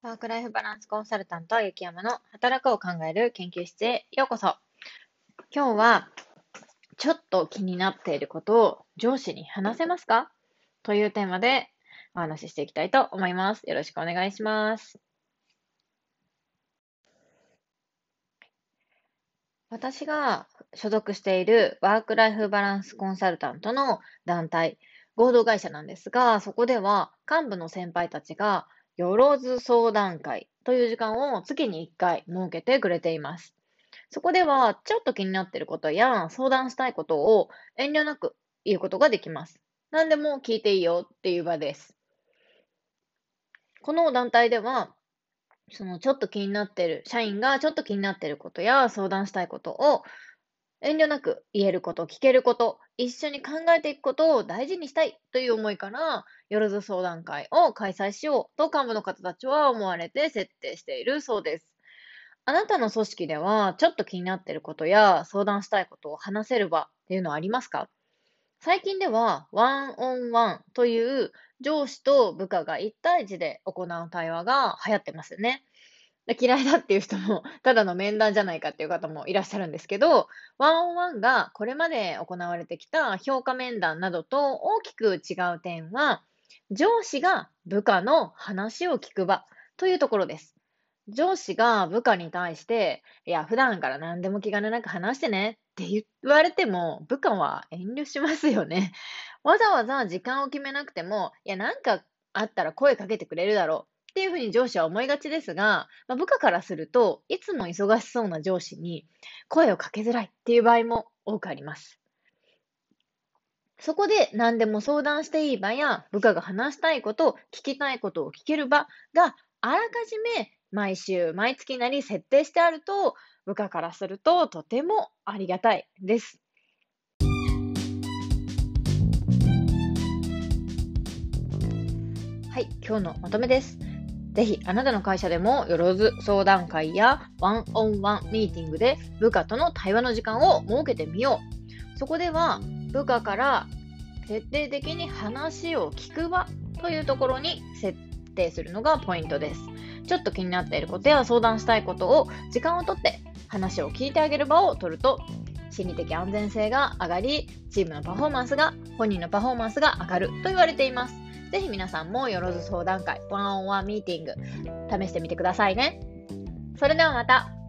ワークライフバランスコンサルタント、雪山の働くを考える研究室へようこそ。今日は、ちょっと気になっていることを上司に話せますかというテーマでお話ししていきたいと思います。よろしくお願いします。私が所属しているワークライフバランスコンサルタントの団体、合同会社なんですが、そこでは幹部の先輩たちが、よろず相談会という時間を月に1回設けてくれています。そこでは、ちょっと気になっていることや相談したいことを遠慮なく言うことができます。何でも聞いていいよっていう場です。この団体では、ちょっと気になっている、社員がちょっと気になっていることや相談したいことを遠慮なく言えること、聞けること、一緒に考えていくことを大事にしたいという思いから、よろず相談会を開催しようと幹部の方たちは思われて設定しているそうです。あなたの組織では、ちょっと気になっていることや相談したいことを話せる場っていうのはありますか？最近では、ワンオンワンという上司と部下が1対1で行う対話が流行ってますよね。で嫌いだっていう人も、ただの面談じゃないかっていう方もいらっしゃるんですけど、ワンオンワンがこれまで行われてきた評価面談などと大きく違う点は、上司が部下の話を聞く場というところです。上司が部下に対して、いや、普段から何でも気兼ねなく話してねって言われても、部下は遠慮しますよね。わざわざ時間を決めなくても、いや、なんかあったら声かけてくれるだろうっていうふうに上司は思いがちですが、部下からするといつも忙しそうな上司に声をかけづらいっていう場合も多くあります。そこで何でも相談していい場や、部下が話したいこと、聞きたいことを聞ける場があらかじめ毎週、毎月なり設定してあると、部下からするととてもありがたいです。はい、今日のまとめです。ぜひあなたの会社でもよろず相談会やワンオンワンミーティングで部下との対話の時間を設けてみよう。そこでは部下から徹底的に話を聞く場というところに設定するのがポイントです。ちょっと気になっていることや相談したいことを時間をとって話を聞いてあげる場を取ると、心理的安全性が上がり、チームのパフォーマンスが、本人のパフォーマンスが上がると言われています。ぜひ皆さんもよろず相談会、ワンオンワンミーティング、試してみてくださいね。それではまた。